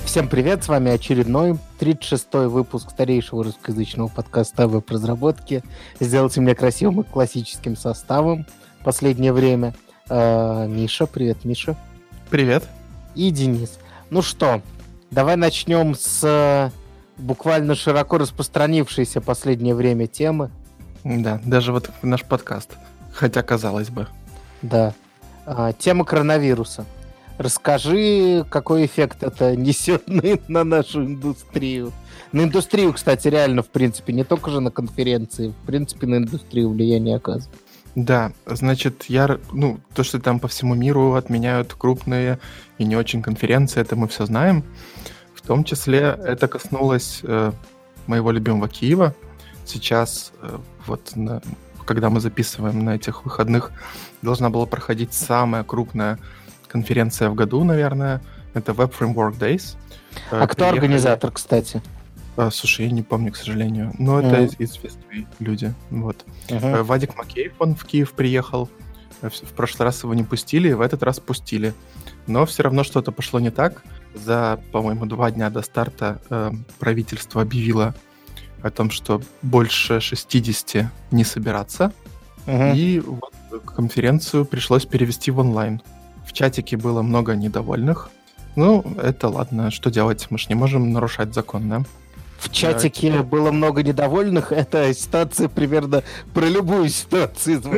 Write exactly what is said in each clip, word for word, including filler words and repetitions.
Всем привет, с вами очередной тридцать шестой выпуск старейшего русскоязычного подкаста об разработке. Сделайте меня красивым и классическим составом в последнее время. Э, Миша, привет, Миша. Привет. И Денис. Ну что, давай начнем с буквально широко распространившейся в последнее время темы. Да, даже вот наш подкаст, хотя казалось бы. Да, э, тема коронавируса. Расскажи, какой эффект это несет на, на нашу индустрию. На индустрию, кстати, реально, в принципе, не только же на конференции, в принципе, на индустрию влияние оказывает. Да, значит, я, ну, то, что там по всему миру отменяют крупные и не очень конференции, это мы все знаем. В том числе это коснулось э, моего любимого Киева. Сейчас, э, вот, на, когда мы записываем на этих выходных, должна была проходить самая крупная конференция в году, наверное. Это Web Framework Days. А кто Приехали... организатор, кстати? А, слушай, я не помню, к сожалению. Но mm. это известные люди. Вот. Uh-huh. Вадик Макеев, он в Киев приехал. В прошлый раз его не пустили, в этот раз пустили. Но все равно что-то пошло не так. За, по-моему, два дня до старта э, правительство объявило о том, что больше шестьдесят не собираться. Uh-huh. И вот конференцию пришлось перевести в онлайн. В чатике было много недовольных. Ну, это ладно, что делать? Мы же не можем нарушать закон, да? В чатике да. было много недовольных. Это ситуация примерно про любую ситуацию из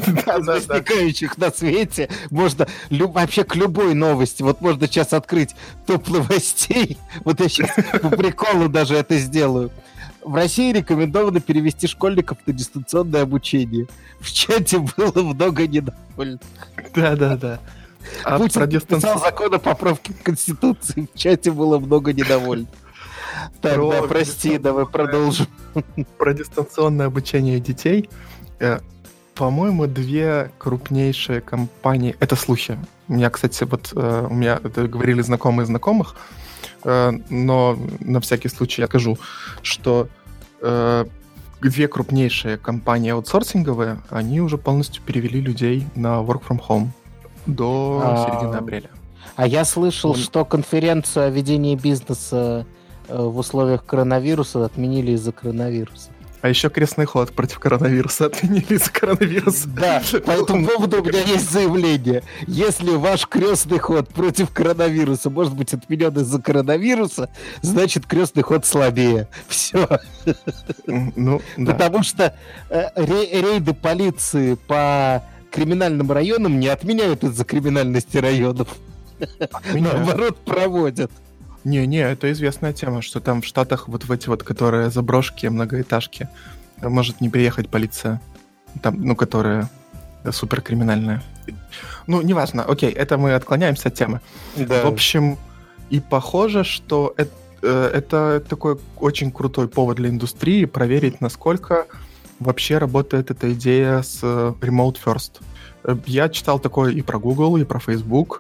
возникающих на свете. Можно вообще к любой новости. Вот можно сейчас открыть топ новостей. Вот я сейчас по приколу даже это сделаю. В России рекомендовано перевести школьников на дистанционное обучение. В чате было много недовольных. Да-да-да. А Путин про дистанци... писал закон о поправке к Конституции. В чате было много недовольных. Так, про... да, прости, давай продолжим. Про дистанционное обучение детей. По-моему, две крупнейшие компании... Это слухи. У меня, кстати, вот у меня это говорили знакомые знакомых, но на всякий случай я скажу, что две крупнейшие компании аутсорсинговые, они уже полностью перевели людей на work from home. До а, середины апреля. А я слышал, Он... что конференцию о ведении бизнеса в условиях коронавируса отменили из-за коронавируса. А еще крестный ход против коронавируса отменили из-за коронавируса. Да, по этому поводу у меня есть заявление. Если ваш крестный ход против коронавируса может быть отменен из-за коронавируса, значит крестный ход слабее. Все. Ну, да. Потому что э, рейды полиции по криминальным районам не отменяют из-за криминальности районов. Отменяют. Наоборот, проводят. Не-не, это известная тема, что там в Штатах вот в эти вот, которые заброшки, многоэтажки, может не приехать полиция, там, ну, которые суперкриминальные. Ну, неважно, окей, это мы отклоняемся от темы. Да. В общем, и похоже, что это, это такой очень крутой повод для индустрии проверить, насколько вообще работает эта идея с remote first. Я читал такое и про Google, и про Facebook,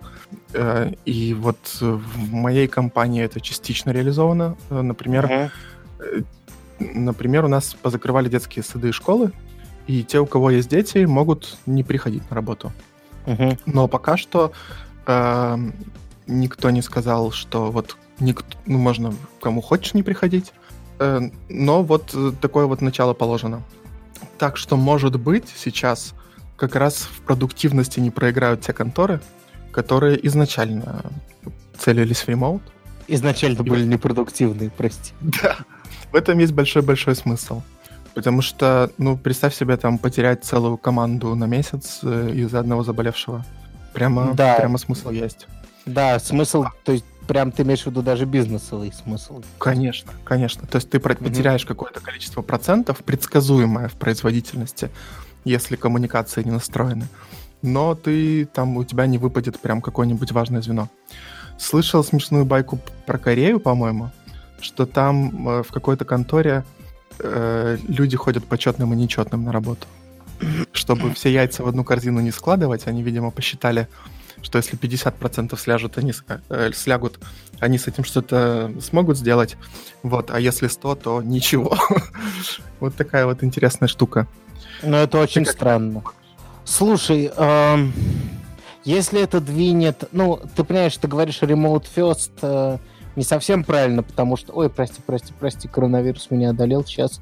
и вот в моей компании это частично реализовано. Например, uh-huh. например, у нас позакрывали детские сады и школы, и те, у кого есть дети, могут не приходить на работу. Uh-huh. Но пока что э, никто не сказал, что вот никто, ну, можно кому хочешь не приходить, э, но вот такое вот начало положено. Так что, может быть, сейчас как раз в продуктивности не проиграют те конторы, которые изначально целились в ремоут. Изначально и были непродуктивные, прости. Да, в этом есть большой-большой смысл. Потому что, ну, представь себе, там, потерять целую команду на месяц из-за одного заболевшего. Прямо, да. прямо смысл есть. Да, смысл, то есть прям ты имеешь в виду даже бизнесовый смысл. Конечно, конечно. То есть ты mm-hmm. потеряешь какое-то количество процентов, предсказуемое в производительности, если коммуникации не настроены. Но ты там, у тебя не выпадет прям какое-нибудь важное звено. Слышал смешную байку про Корею, по-моему, что там э, в какой-то конторе э, люди ходят почетным и нечетным на работу. Чтобы все яйца в одну корзину не складывать, они, видимо, посчитали, что если пятьдесят процентов сляжут, они, э, слягут, они с этим что-то смогут сделать, вот, а если сто, то ничего. Вот такая вот интересная штука. Ну, это очень странно. Слушай, э, если это двинет... Ну, ты понимаешь, ты говоришь remote first, э, не совсем правильно, потому что... Ой, прости, прости, прости, коронавирус меня одолел сейчас.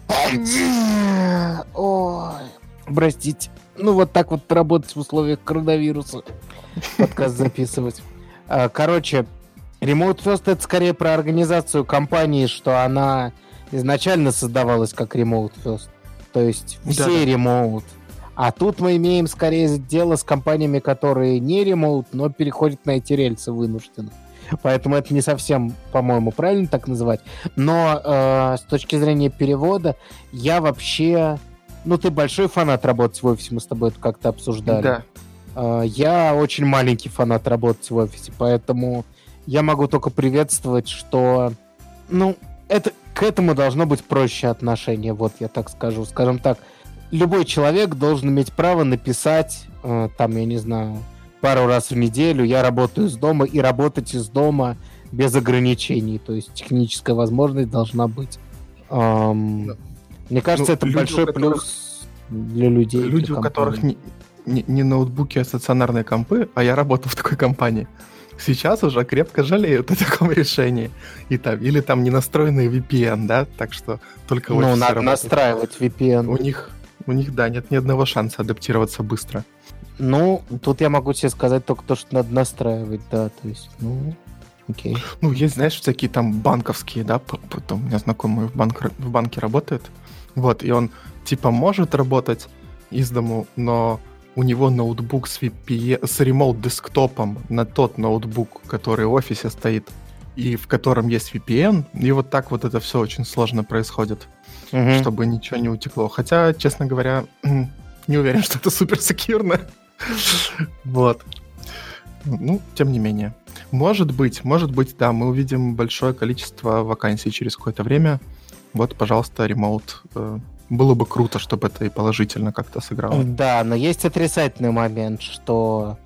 Ой, простите. Ну, вот так вот работать в условиях коронавируса. Подкаст записывать. Короче, Remote First — это скорее про организацию компании, что она изначально создавалась как Remote First. То есть все да. Remote. А тут мы имеем скорее дело с компаниями, которые не Remote, но переходят на эти рельсы вынужденно. Поэтому это не совсем, по-моему, правильно так называть. Но э, с точки зрения перевода, я вообще... Ну, ты большой фанат работать в офисе, мы с тобой это как-то обсуждали. Да. Э, я очень маленький фанат работать в офисе, поэтому я могу только приветствовать, что... Ну, это, к этому должно быть проще отношение, вот я так скажу. Скажем так, любой человек должен иметь право написать, э, там, я не знаю... пару раз в неделю я работаю из дома, и работать из дома без ограничений. То есть техническая возможность должна быть. Эм, да. Мне кажется, ну, это люди, большой которых... плюс для людей. Люди, для у которых не, не, не ноутбуки, а стационарные компы, а я работал в такой компании, сейчас уже крепко жалеют о таком решении. И там, или там не настроенный ви пи эн, да? Так что только ну, надо работает. Настраивать ви пи эн. У них, у них, да, нет ни одного шанса адаптироваться быстро. Ну, тут я могу тебе сказать только то, что надо настраивать, да, то есть, ну, окей. Ну, есть, знаешь, всякие там банковские, да, потом у меня знакомый в, банк, в банке работает, вот, и он, типа, может работать из дому, но у него ноутбук с ви пи эн, с ремоут-десктопом на тот ноутбук, который в офисе стоит, и в котором есть ви пи эн, и вот так вот это все очень сложно происходит, угу. чтобы ничего не утекло. Хотя, честно говоря, не уверен, что это супер-секьюрно. Вот. Ну, тем не менее. Может быть, может быть, да, мы увидим большое количество вакансий через какое-то время. Вот, пожалуйста, ремоут. Было бы круто, чтобы это и положительно как-то сыграло. Да, но есть отрицательный момент, что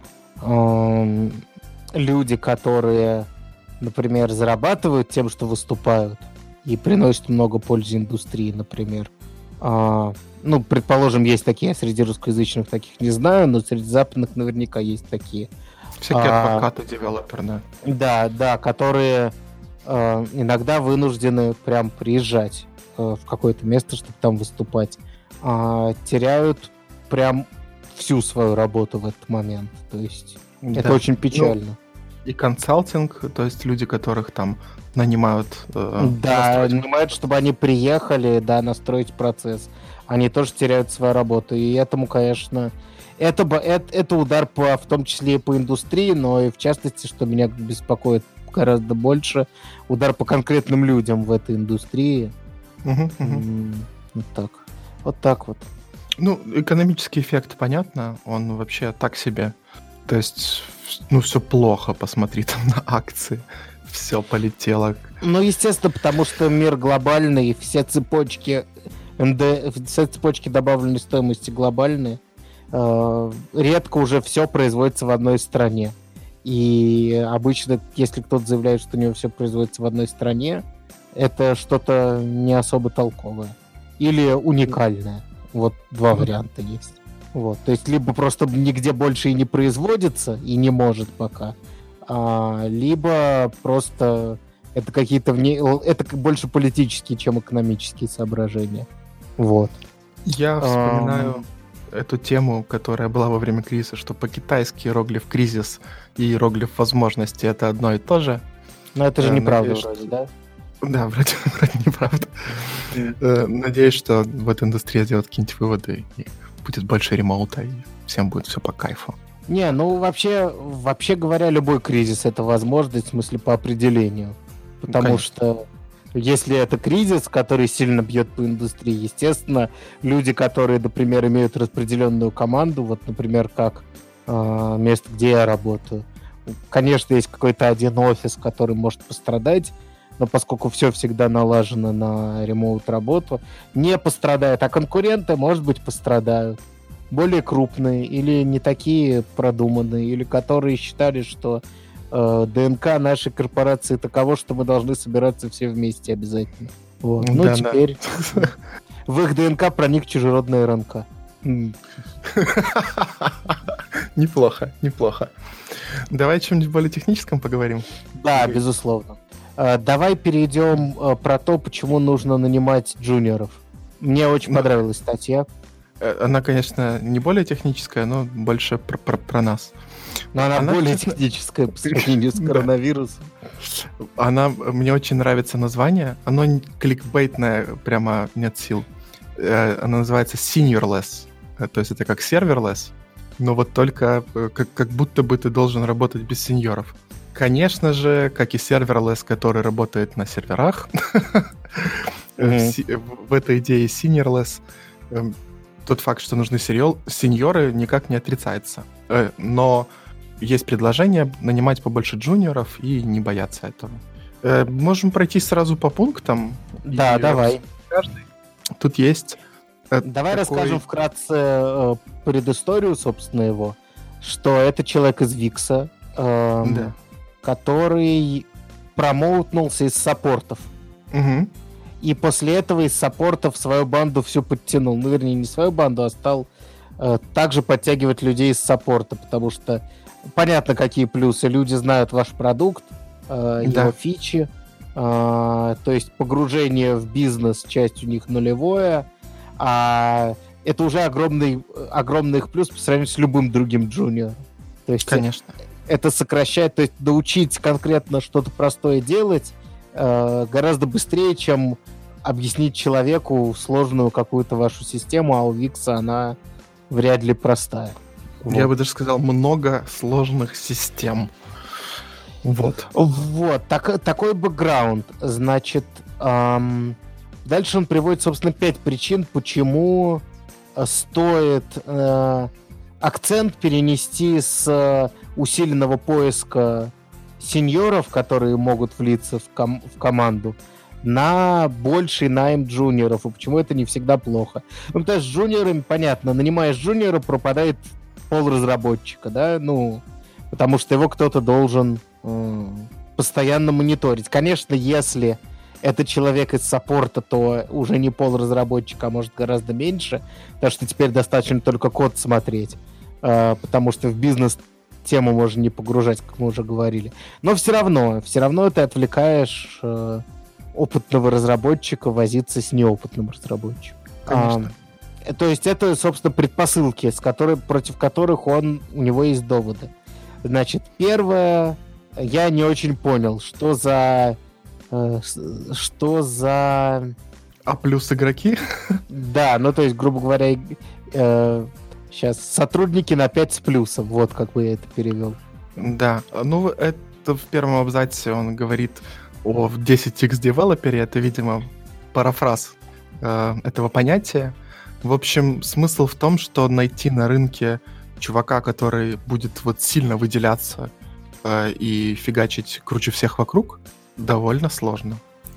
э, люди, которые, например, зарабатывают тем, что выступают, и приносят много пользы индустрии, например, э, ну, предположим, есть такие, я среди русскоязычных таких не знаю, но среди западных наверняка есть такие. Всякие а, адвокаты, девелоперы, да. Да, да, которые э, иногда вынуждены прям приезжать э, в какое-то место, чтобы там выступать. Э, теряют прям всю свою работу в этот момент. То есть да. Это очень печально. Ну, и консалтинг, то есть люди, которых там нанимают. Э, да, нанимают, чтобы они приехали, да, настроить процесс. Они тоже теряют свою работу. И этому, конечно, это, это, это удар по, в том числе и по индустрии, но и в частности, что меня беспокоит гораздо больше, удар по конкретным людям в этой индустрии. Угу, угу. Вот так. Вот так вот. Ну, экономический эффект, понятно, он вообще так себе. То есть, ну, все плохо, посмотри там на акции. Все полетело. Ну, естественно, потому что мир глобальный, все цепочки... эн дэ, все цепочки добавленной стоимости глобальные. Э, редко уже все производится в одной стране. И обычно, если кто-то заявляет, что у него все производится в одной стране, это что-то не особо толковое. Или уникальное. Вот два варианта есть. Вот. То есть либо просто нигде больше и не производится, и не может пока, а, либо просто это какие-то вне... это больше политические, чем экономические соображения. Вот. Я вспоминаю а... эту тему, которая была во время кризиса, что по-китайски иероглиф кризис и иероглиф возможности — это одно и то же. Но это же а, неправда надеюсь, вроде, да? Да, вроде, вроде неправда. Mm. Надеюсь, что вот индустрия сделает какие-нибудь выводы, и будет больше ремоута, и всем будет все по кайфу. Не, ну вообще, вообще говоря, любой кризис — это возможность, в смысле, по определению. Потому Конечно. Что если это кризис, который сильно бьет по индустрии, естественно, люди, которые, например, имеют распределенную команду, вот, например, как э, место, где я работаю, конечно, есть какой-то один офис, который может пострадать, но поскольку все всегда налажено на ремоут-работу, не пострадает, а конкуренты, может быть, пострадают. Более крупные или не такие продуманные, или которые считали, что э, ДНК нашей корпорации таково, что мы должны собираться все вместе обязательно. Вот. Ну, да, теперь да. В их ДНК проник чужеродный РНК. Неплохо, неплохо. Давай о чем-нибудь более техническом поговорим. Да, безусловно. Э, давай перейдем э, про то, почему нужно нанимать джуниоров. Мне очень ну, понравилась статья. Она, конечно, не более техническая, но больше про, про, про нас. Но она, она более честно... техническая по сравнению с коронавирусом. Она, мне очень нравится название. Оно кликбейтное, прямо нет сил. Она называется Seniorless. То есть это как Serverless, но вот только как, как будто бы ты должен работать без сеньоров. Конечно же, как и Serverless, который работает на серверах, mm-hmm. в, в этой идее Seniorless тот факт, что нужны сеньоры, никак не отрицается. Но есть предложение нанимать побольше джуниоров и не бояться этого. Можем пройти сразу по пунктам. Да, давай. Каждый. Тут есть... Давай такой... расскажем вкратце предысторию, собственно, его. Что это человек из Викса, эм, да. который промоутнулся из саппортов. Угу. И после этого из саппортов свою банду всю подтянул. Ну, вернее, не свою банду, а стал э, также подтягивать людей из саппорта, потому что понятно, какие плюсы. Люди знают ваш продукт, э, да. его фичи, э, то есть погружение в бизнес, часть у них нулевое, а это уже огромный, огромный их плюс по сравнению с любым другим джуниором. То есть конечно. Это сокращает, то есть научить конкретно что-то простое делать э, гораздо быстрее, чем объяснить человеку сложную какую-то вашу систему, а у Викса она вряд ли простая. Я вот. бы даже сказал, много сложных систем. Вот. Вот, так, такой бэкграунд. Значит, эм, дальше он приводит, собственно, пять причин, почему стоит э, акцент перенести с э, усиленного поиска сеньоров, которые могут влиться в, ком- в команду, на больший найм джуниоров, и почему это не всегда плохо. Ну, потому что с джуниорами, понятно, нанимаешь джуниора, пропадает пол разработчика, да, ну, потому что его кто-то должен э, постоянно мониторить. Конечно, если это человек из саппорта, то уже не пол разработчика, а может гораздо меньше, потому что теперь достаточно только код смотреть, э, потому что в бизнес тему можно не погружать, как мы уже говорили. Но все равно, все равно ты отвлекаешь э, опытного разработчика возиться с неопытным разработчиком. Конечно. А, то есть это, собственно, предпосылки, с которой, против которых он, у него есть доводы. Значит, первое, я не очень понял, что за... Э, что за... А плюс игроки? Да, ну то есть, грубо говоря, э, сейчас сотрудники на пять с плюсом, вот как бы я это перевел. Да, ну это в первом абзаце он говорит о десять икс девелопере, это, видимо, парафраз э, этого понятия. В общем, смысл в том, что найти на рынке чувака, который будет вот сильно выделяться э, и фигачить круче всех вокруг, довольно сложно.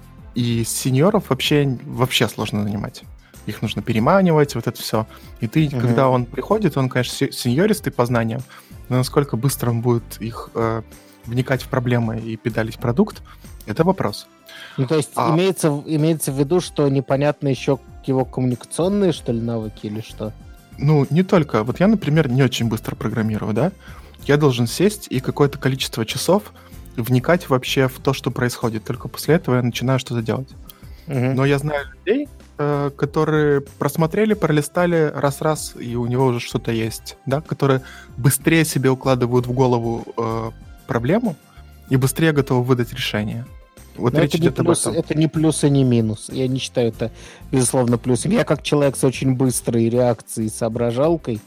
И сеньоров вообще, вообще сложно нанимать. Их нужно переманивать, вот это все. И ты, uh-huh. когда он приходит, он, конечно, сеньористый по знаниям, но насколько быстро он будет их э, вникать в проблемы и педалить продукт, это вопрос. Ну, то есть а... имеется, имеется в виду, что непонятно еще его коммуникационные, что ли, навыки или что? Ну, не только. Вот я, например, не очень быстро программирую, да? Я должен сесть и какое-то количество часов вникать вообще в то, что происходит. Только после этого я начинаю что-то делать. Uh-huh. Но я знаю людей, э, которые просмотрели, пролистали раз-раз, и у него уже что-то есть, да? Которые быстрее себе укладывают в голову э, проблему и быстрее готовы выдать решение. Вот Но речь это, не идет плюс, об этом. Это не плюс и не минус. Я не считаю это, безусловно, плюсом. Я как человек с очень быстрой реакцией и соображалкой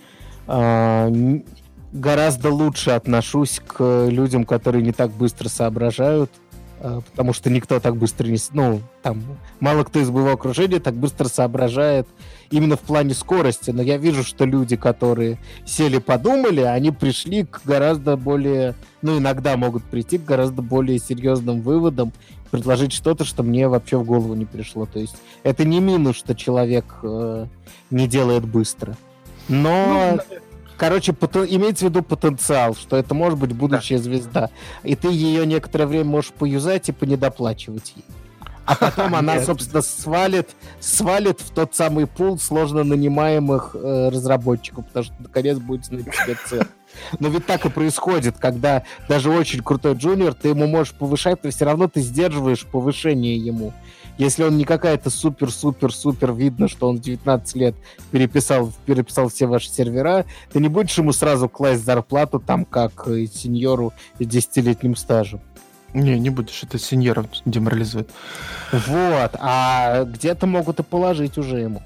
э, гораздо лучше отношусь к людям, которые не так быстро соображают, э, потому что никто так быстро не... Ну, там, мало кто из моего окружения так быстро соображает именно в плане скорости. Но я вижу, что люди, которые сели, подумали, они пришли к гораздо более... Ну, иногда могут прийти к гораздо более серьезным выводам, предложить что-то, что мне вообще в голову не пришло. То есть это не минус, что человек э, не делает быстро. Но, ну, короче, потен... имеется в виду потенциал, что это может быть будущая да. звезда. И ты ее некоторое время можешь поюзать и понедоплачивать ей. А потом она, собственно, свалит, свалит в тот самый пул сложно нанимаемых э, разработчиков, потому что наконец будет знать себе цену. Но ведь так и происходит, когда даже очень крутой джуниор, ты ему можешь повышать, но все равно ты сдерживаешь повышение ему. Если он не какая-то супер-супер-супер видно, что он в девятнадцать лет переписал, переписал все ваши сервера, ты не будешь ему сразу класть зарплату там, как сеньору с десятилетним стажем. Не, не будешь, это сеньоров деморализует. Вот, а где-то могут и положить уже ему.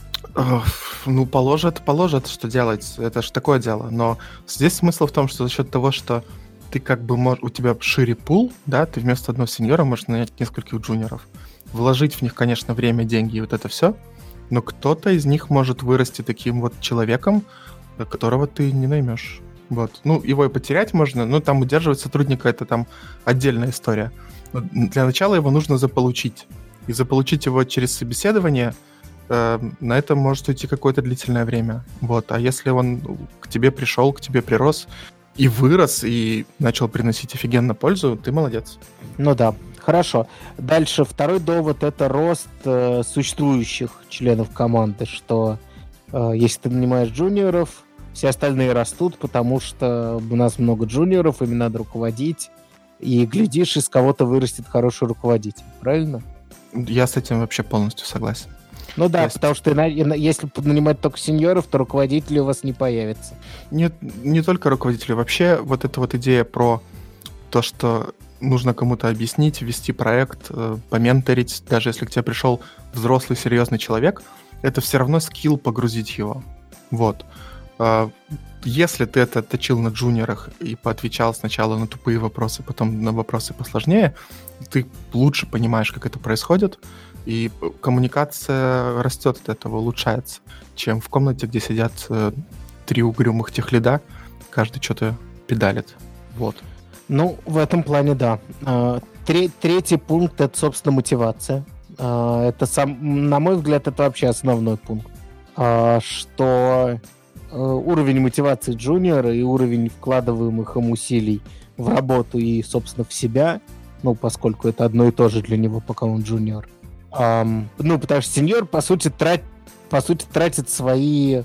Ну, положат, положат, что делать, это же такое дело. Но здесь смысл в том, что за счет того, что ты как бы можешь, у тебя шире пул, да, ты вместо одного сеньора можешь нанять нескольких джуниоров. Вложить в них, конечно, время, деньги и вот это все, но кто-то из них может вырасти таким вот человеком, которого ты не наймешь. Вот. Ну, его и потерять можно, но там удерживать сотрудника — это там отдельная история. Но для начала его нужно заполучить. И заполучить его через собеседование, э, на это может уйти какое-то длительное время. Вот. А если он к тебе пришел, к тебе прирос и вырос, и начал приносить офигенно пользу, ты молодец. Ну да. Хорошо. Дальше второй довод — это рост э, существующих членов команды, что э, если ты нанимаешь джуниоров, все остальные растут, потому что у нас много джуниоров, ими надо руководить, и глядишь, из кого-то вырастет хороший руководитель. Правильно? Я с этим вообще полностью согласен. Ну да, Есть. Потому что если нанимать только сеньоров, то руководителей у вас не появится. Нет, не только руководители. Вообще вот эта вот идея про то, что нужно кому-то объяснить, вести проект, поменторить, даже если к тебе пришел взрослый, серьезный человек, это все равно скилл погрузить его. Вот. Если ты это точил на джуниорах и поотвечал сначала на тупые вопросы, потом на вопросы посложнее, ты лучше понимаешь, как это происходит, и коммуникация растет от этого, улучшается, чем в комнате, где сидят три угрюмых техлида, каждый что-то педалит. Вот. Ну, в этом плане, да. Третий пункт — это, собственно, мотивация. Это, сам, на мой взгляд, это вообще основной пункт. Что уровень мотивации джуниора и уровень вкладываемых им усилий в работу и, собственно, в себя, ну, поскольку это одно и то же для него, пока он джуниор. Ну, потому что сеньор, по сути, трат, по сути, тратит свои...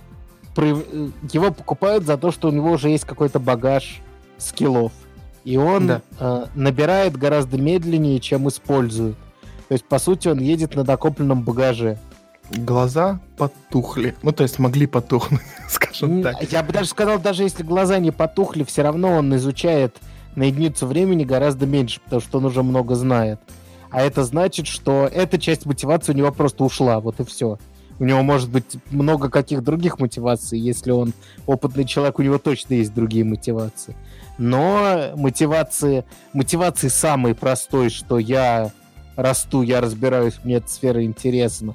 Его покупают за то, что у него уже есть какой-то багаж скиллов. И он да. э, набирает гораздо медленнее, чем использует. То есть, по сути, он едет на накопленном багаже. Глаза потухли. Ну, то есть, могли потухнуть, скажем так. Я бы даже сказал, даже если глаза не потухли, все равно он изучает на единицу времени гораздо меньше, потому что он уже много знает. А это значит, что эта часть мотивации у него просто ушла, вот и все. У него может быть много каких других мотиваций. Если он опытный человек, у него точно есть другие мотивации. Но мотивации, мотивации самой простой, что я расту, я разбираюсь, мне эта сфера интересна,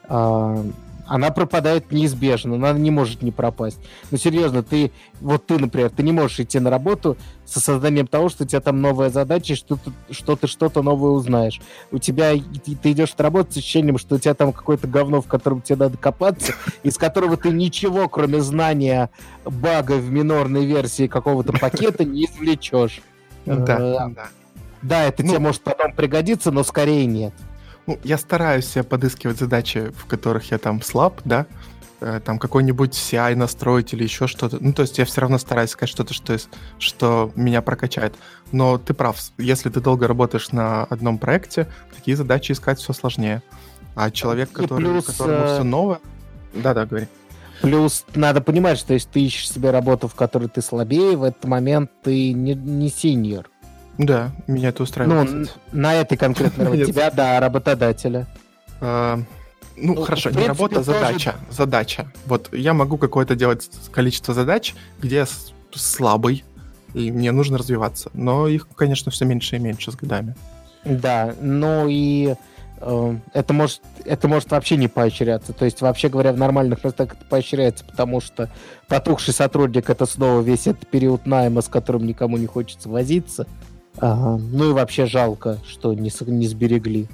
она пропадает неизбежно, она не может не пропасть. Но серьезно, ты, вот ты, например, ты не можешь идти на работу с осознанием того, что у тебя там новая задача, что ты, что ты что-то новое узнаешь. У тебя, ты, ты идешь на работу с ощущением, что у тебя там какое-то говно, в котором тебе надо копаться, из которого ты ничего, кроме знания бага в минорной версии какого-то пакета, не извлечешь. Да, да. Да, это тебе может потом пригодиться, но скорее нет. Ну, я стараюсь себе подыскивать задачи, в которых я там слаб, да, там какой-нибудь си ай настроить или еще что-то. Ну, то есть я все равно стараюсь сказать что-то, что, что меня прокачает. Но ты прав, если ты долго работаешь на одном проекте, такие задачи искать все сложнее. А человек, который, плюс, которому все новое... Да-да, говори. Плюс надо понимать, что если ты ищешь себе работу, в которой ты слабее, в этот момент ты не, не сеньор. Да, меня это устраивает. Ну, на этой конкретной работе. Тебя, да, работодателя. А, ну, ну, хорошо, не работа, задача. Тоже... Задача. Вот я могу какое-то делать количество задач, где я слабый, и мне нужно развиваться. Но их, конечно, все меньше и меньше с годами. Да, ну и э, это, может, это может вообще не поощряться. То есть, вообще говоря, в нормальных местах это поощряется, потому что потухший сотрудник — это снова весь этот период найма, с которым никому не хочется возиться. Ага. Ну и вообще жалко, что не, не сберегли.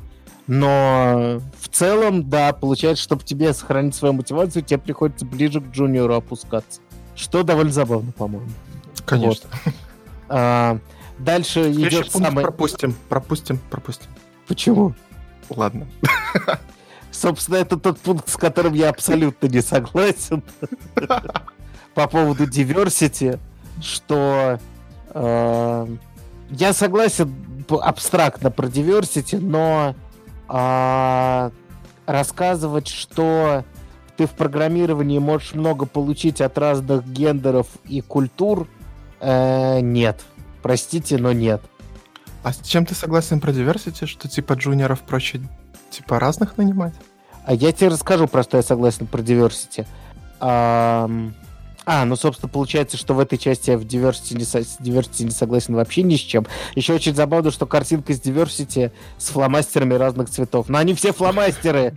Но в целом, да, получается, чтобы тебе сохранить свою мотивацию, тебе приходится ближе к джуниору опускаться. Что довольно забавно, по-моему. Конечно. Вот. А, дальше идет самый... самое... Пропустим, пропустим, пропустим. Почему? ладно. Собственно, это тот пункт, с которым я абсолютно не согласен. По поводу diversity, что э, я согласен абстрактно про diversity, но э, рассказывать, что ты в программировании можешь много получить от разных гендеров и культур, э, нет. Простите, но нет. А с чем ты согласен про diversity, что типа джуниоров проще типа разных нанимать? А я тебе расскажу, про что я согласен про diversity. А, а, ну, собственно, получается, что в этой части я в diversity не, со, с diversity не согласен вообще ни с чем. Еще очень забавно, что картинка с diversity с фломастерами разных цветов. Но они все фломастеры!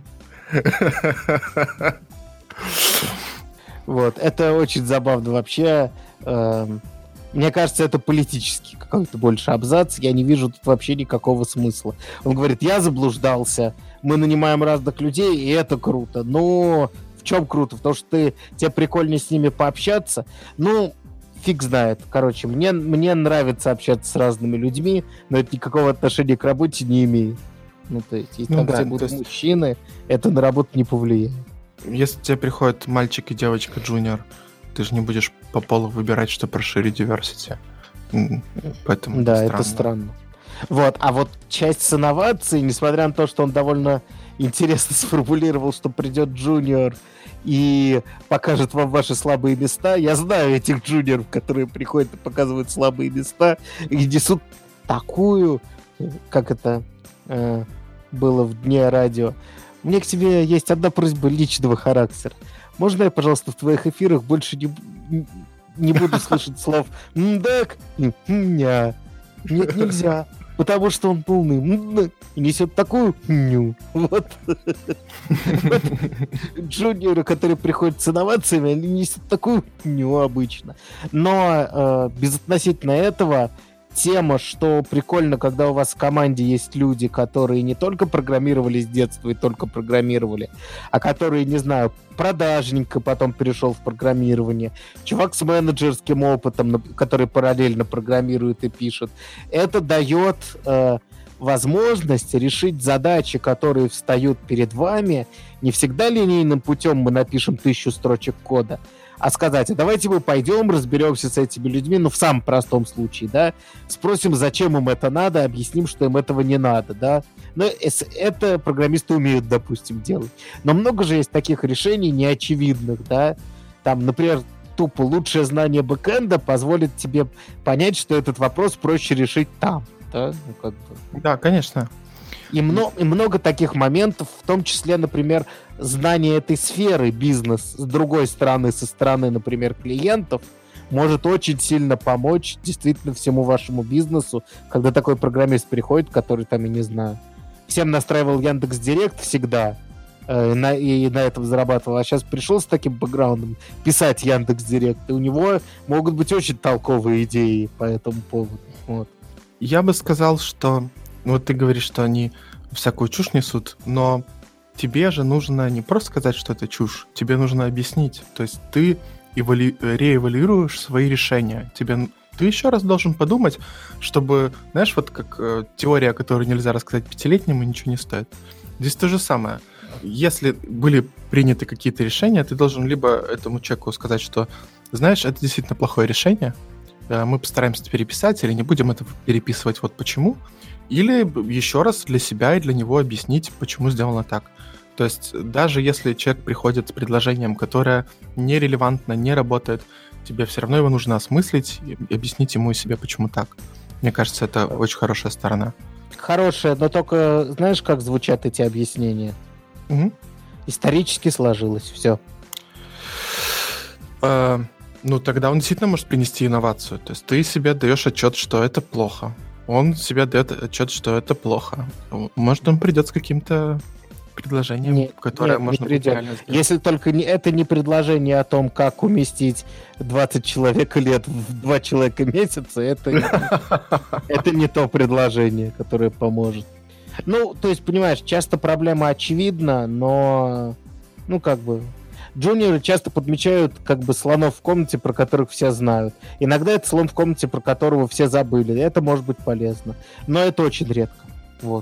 Вот, это очень забавно вообще. Мне кажется, это политический какой-то больше абзац. Я не вижу тут вообще никакого смысла. Он говорит, я заблуждался, мы нанимаем разных людей, и это круто. Ну, в чем круто? В том, что ты, тебе прикольнее с ними пообщаться. Ну, фиг знает. Короче, мне, мне нравится общаться с разными людьми, но это никакого отношения к работе не имеет. Ну, то есть, если ну, там да, где будут есть... мужчины, это на работу не повлияет. Если тебе приходит мальчик и девочка джуниор, ты же не будешь по полу выбирать, чтобы расширить diversity. Поэтому да, это странно. это странно. Вот, а вот часть с инновацией, несмотря на то, что он довольно интересно сформулировал, что придет джуниор и покажет вам ваши слабые места. Я знаю этих джуниоров, которые приходят и показывают слабые места и несут такую, как это э, было в Дне радио. Мне к тебе есть одна просьба личного характера. Можно я, пожалуйста, в твоих эфирах больше не, не буду слышать слов «мдак» и «ня». Нет, нельзя, потому что он полный и несет такую «ню». Вот. Джуниоры, которые приходят с инновациями, они несут такую «ню» обычно. Но безотносительно этого, тема, что прикольно, когда у вас в команде есть люди, которые не только программировали с детства и только программировали, а которые, не знаю, продажник, потом перешел в программирование, чувак с менеджерским опытом, который параллельно программирует и пишет. Это дает э, возможность решить задачи, которые встают перед вами. Не всегда линейным путем мы напишем тысячу строчек кода, а сказать, а давайте мы пойдем, разберемся с этими людьми, ну, в самом простом случае, да, спросим, зачем им это надо, объясним, что им этого не надо, да. Но это программисты умеют, допустим, делать. Но много же есть таких решений неочевидных, да. Там, например, тупо лучшее знание бэкэнда позволит тебе понять, что этот вопрос проще решить там, да. Ну, как бы. Да, конечно. И, много, и много таких моментов, в том числе, например, знание этой сферы бизнес с другой стороны, со стороны, например, клиентов, может очень сильно помочь действительно всему вашему бизнесу, когда такой программист приходит, который там, я не знаю, всем настраивал Яндекс.Директ всегда э, на, и на этом зарабатывал, а сейчас пришел с таким бэкграундом писать Яндекс.Директ, и у него могут быть очень толковые идеи по этому поводу. Вот. Я бы сказал, что ну, вот ты говоришь, что они всякую чушь несут, но тебе же нужно не просто сказать, что это чушь, тебе нужно объяснить. То есть ты эволю... реэвалюируешь свои решения. Тебе... Ты еще раз должен подумать, чтобы, знаешь, вот как э, теория, которую нельзя рассказать пятилетнему, ничего не стоит. Здесь то же самое. Если были приняты какие-то решения, ты должен либо этому человеку сказать, что, знаешь, это действительно плохое решение, мы постараемся это переписать или не будем это переписывать, вот почему. Или еще раз для себя и для него объяснить, почему сделано так. То есть даже если человек приходит с предложением, которое нерелевантно, не работает, тебе все равно его нужно осмыслить и объяснить ему и себе, почему так. Мне кажется, это очень хорошая сторона. Хорошая, но только знаешь, как звучат эти объяснения? Угу. Исторически сложилось, все. А, ну, тогда он действительно может принести инновацию. То есть ты себе даешь отчет, что это плохо. Он себе дает отчет, что это плохо. Может, он придет с каким-то предложением, нет, которое нет, можно будет реально сделать. Если только не, это не предложение о том, как уместить двадцать человек лет в два человека месяца, это не то предложение, которое поможет. Ну, то есть, понимаешь, часто проблема очевидна, но, ну, как бы, джуниоры часто подмечают, как бы, слонов в комнате, про которых все знают. Иногда это слон в комнате, про которого все забыли. Это может быть полезно. Но это очень редко. Вот.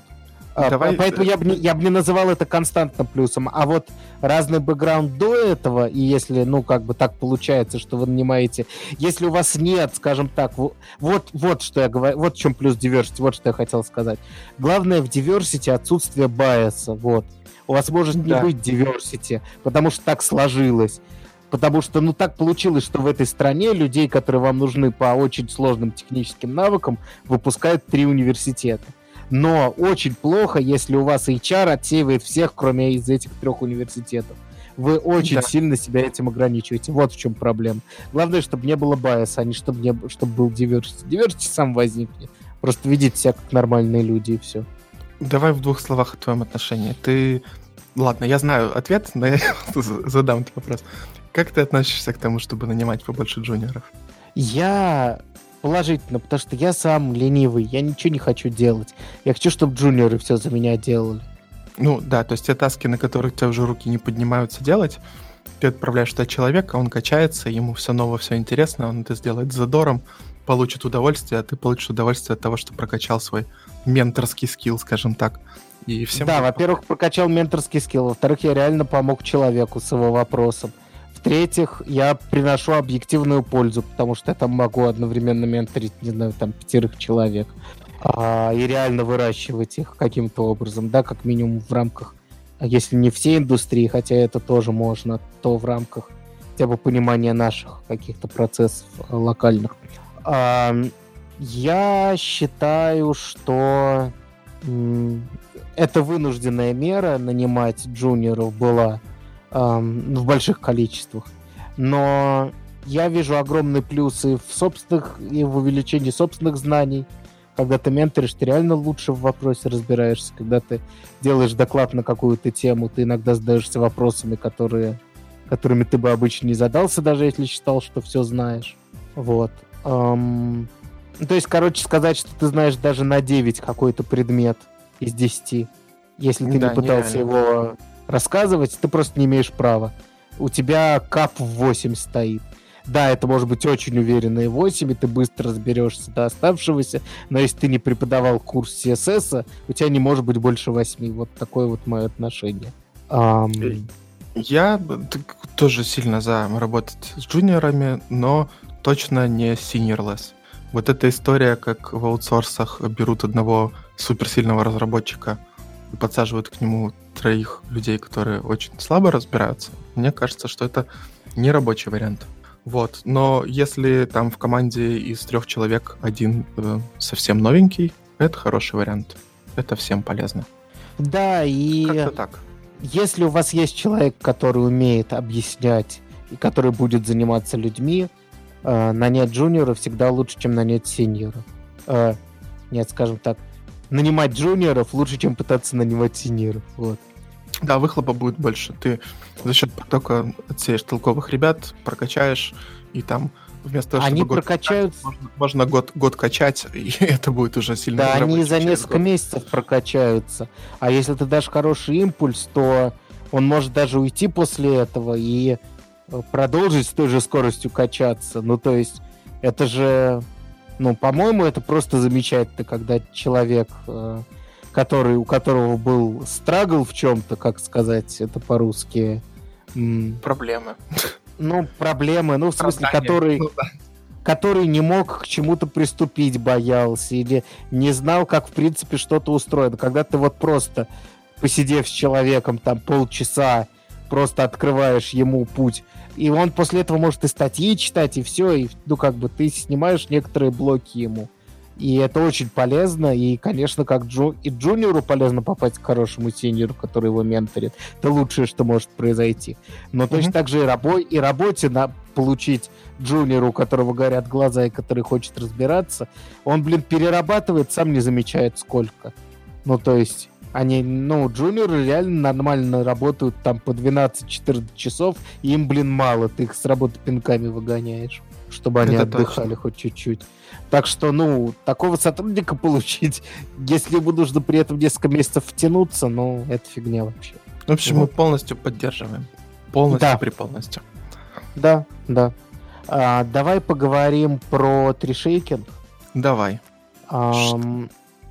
Давай... Поэтому я бы не, я бы не называл это константным плюсом. А вот разный бэкграунд до этого, и если, ну, как бы так получается, что вы нанимаете... Если у вас нет, скажем так, вот, вот что я говорю, вот в чем плюс diversity, вот что я хотел сказать. Главное в diversity отсутствие байеса, вот. У вас может не да. быть diversity, потому что так сложилось. Потому что, ну, так получилось, что в этой стране людей, которые вам нужны по очень сложным техническим навыкам, выпускают три университета. Но очень плохо, если у вас эйч ар отсеивает всех, кроме из этих трех университетов. Вы очень да. сильно себя этим ограничиваете. Вот в чем проблема. Главное, чтобы не было байеса, а не чтобы, не, чтобы был diversity. Diversity сам возникнет. Просто ведите себя как нормальные люди, и все. Давай в двух словах о твоем отношении. Ты... Ладно, я знаю ответ, но я задам этот вопрос. Как ты относишься к тому, чтобы нанимать побольше джуниоров? Я... Положительно, потому что я сам ленивый, я ничего не хочу делать. Я хочу, чтобы джуниоры все за меня делали. Ну да, то есть те таски, на которых у тебя уже руки не поднимаются делать, ты отправляешь туда человека, он качается, ему все новое, все интересно, он это сделает с задором, получит удовольствие, а ты получишь удовольствие от того, что прокачал свой менторский скилл, скажем так. И всем да, во-первых, прокачал менторский скилл, во-вторых, я реально помог человеку с его вопросом. В-третьих, я приношу объективную пользу, потому что я там могу одновременно менторить, не знаю, там, пятерых человек. А, и реально выращивать их каким-то образом, да, как минимум в рамках, если не всей индустрии, хотя это тоже можно, то в рамках хотя бы понимания наших каких-то процессов локальных. А, я считаю, что м- это вынужденная мера нанимать джуниоров была в больших количествах. Но я вижу огромные плюсы в собственных и в увеличении собственных знаний. Когда ты менторишь, ты реально лучше в вопросе разбираешься. Когда ты делаешь доклад на какую-то тему, ты иногда задаешься вопросами, которые, которыми ты бы обычно не задался, даже если считал, что все знаешь. Вот. Эм... То есть, короче, сказать, что ты знаешь даже на девять какой-то предмет из десяти, если ты да, не пытался нереально. его... рассказывать, ты просто не имеешь права. У тебя кап в восемь стоит. Да, это может быть очень уверенные восемь, и ты быстро разберешься до оставшегося, но если ты не преподавал курс си эс эс, у тебя не может быть больше восьми. Вот такое вот мое отношение. Um... Я тоже сильно за работать с джуниорами, но точно не seniorless. Вот эта история, как в аутсорсах берут одного суперсильного разработчика и подсаживают к нему троих людей, которые очень слабо разбираются, мне кажется, что это не рабочий вариант. Вот. Но если там в команде из трех человек один э, совсем новенький, это хороший вариант. Это всем полезно. Да, и как-то так. Если у вас есть человек, который умеет объяснять и который будет заниматься людьми, э, нанять джуниора всегда лучше, чем нанять сеньора. Э, нет, скажем так, нанимать джуниоров лучше, чем пытаться нанимать сеньоров. Вот. Да, выхлопа будет больше. Ты за счет потока отсеешь толковых ребят, прокачаешь, и там вместо того, они чтобы прокачаются... год качать, можно, можно год, год качать, и это будет уже сильно... Да, они за несколько год. месяцев прокачаются. А если ты дашь хороший импульс, то он может даже уйти после этого и продолжить с той же скоростью качаться. Ну, то есть, это же... Ну, по-моему, это просто замечательно, когда человек... который, у которого был страгл в чем-то, как сказать это по-русски. Проблемы. Ну, проблемы, ну, в смысле, который, ну, да. который не мог к чему-то приступить, боялся, или не знал, как, в принципе, что-то устроено. Когда ты вот просто, посидев с человеком там полчаса, просто открываешь ему путь, и он после этого может и статьи читать, и все, и, ну, как бы ты снимаешь некоторые блоки ему. И это очень полезно, и, конечно, как джу... и джуниору полезно попасть к хорошему сеньору, который его менторит. Это лучшее, что может произойти. Но mm-hmm. точно так же и, рабо... и работе на получить джуниору, у которого горят глаза и который хочет разбираться, он, блин, перерабатывает, сам не замечает сколько. Ну, то есть, они, ну, джуниоры реально нормально работают там по двенадцать-четырнадцать часов, и им, блин, мало, ты их с работы пинками выгоняешь, чтобы они это отдыхали точно. Хоть чуть-чуть. Так что, ну, такого сотрудника получить, если ему нужно при этом несколько месяцев втянуться, ну, это фигня вообще. В общем, вот. Мы полностью поддерживаем. Полностью да. при полностью. Да, да. А, давай поговорим про трешейкинг. Давай. А,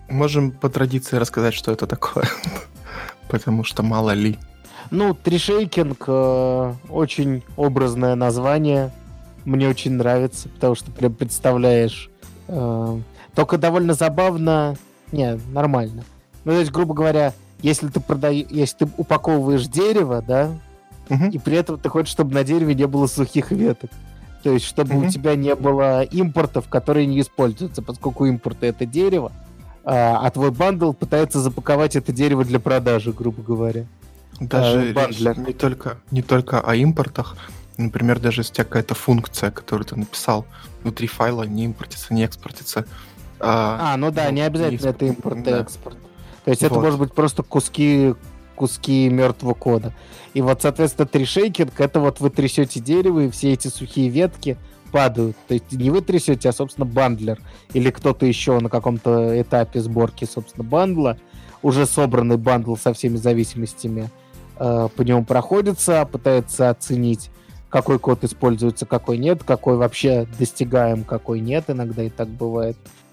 Можем по традиции рассказать, что это такое, потому что мало ли. Ну, трешейкинг э, очень образное название. Мне очень нравится, потому что прям представляешь. Э, только довольно забавно. Не, нормально. Ну, то есть, грубо говоря, если ты продаешь, если ты упаковываешь дерево, да, Угу. и при этом ты хочешь, чтобы на дереве не было сухих веток. То есть, чтобы Мгм. у тебя не было импортов, которые не используются, поскольку импорты — это дерево, а, а твой бандл пытается запаковать это дерево для продажи, грубо говоря. Даже Э, речь бандлер. не только, не только о импортах. Например, даже если у тебя какая-то функция, которую ты написал, внутри файла не импортится, не экспортится. а, А, ну да, ну, не обязательно не это исп- импорт и да. экспорт. То есть это Вот. может быть просто куски, куски мертвого кода. И вот, соответственно, трешейкинг — это вот вы трясете дерево, и все эти сухие ветки падают. То есть не вы трясете, а, собственно, бандлер. Или кто-то еще на каком-то этапе сборки, собственно, бандла, уже собранный бандл со всеми зависимостями, э, по нему проходится, пытается оценить, какой код используется, какой нет, какой вообще достигаем, какой нет. Иногда и так бывает.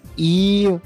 И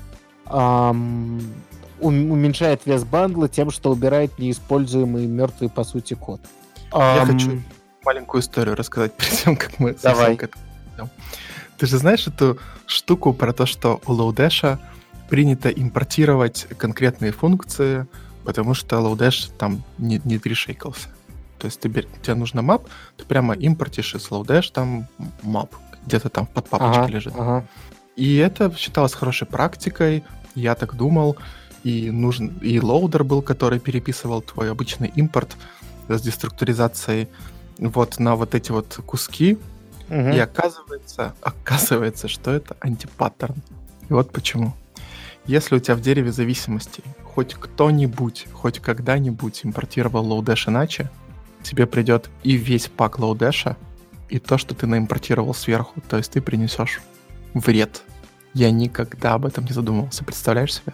ам, ум- уменьшает вес бандла тем, что убирает неиспользуемый мертвый, по сути, код. Я Ам, хочу маленькую историю рассказать перед тем, как мы Давай. совсем к этому перейдем. Ты же знаешь эту штуку про то, что у Lodash принято импортировать конкретные функции, потому что Lodash там не, не трешейкался. То есть ты, бер- тебе нужно map, ты прямо импортишь из Lodash там map, где-то там под папочкой ага, лежит. ага. И это считалось хорошей практикой, я так думал, и нужен и лоудер был, который переписывал твой обычный импорт с деструктуризацией вот на вот эти вот куски, Мгм. и оказывается, оказывается, что это антипаттерн. И вот почему. Если у тебя в дереве зависимостей хоть кто-нибудь, хоть когда-нибудь импортировал Lodash иначе, тебе придет и весь пак Lodash, и то, что ты наимпортировал сверху. То есть ты принесешь вред. Я никогда об этом не задумывался. Представляешь себе?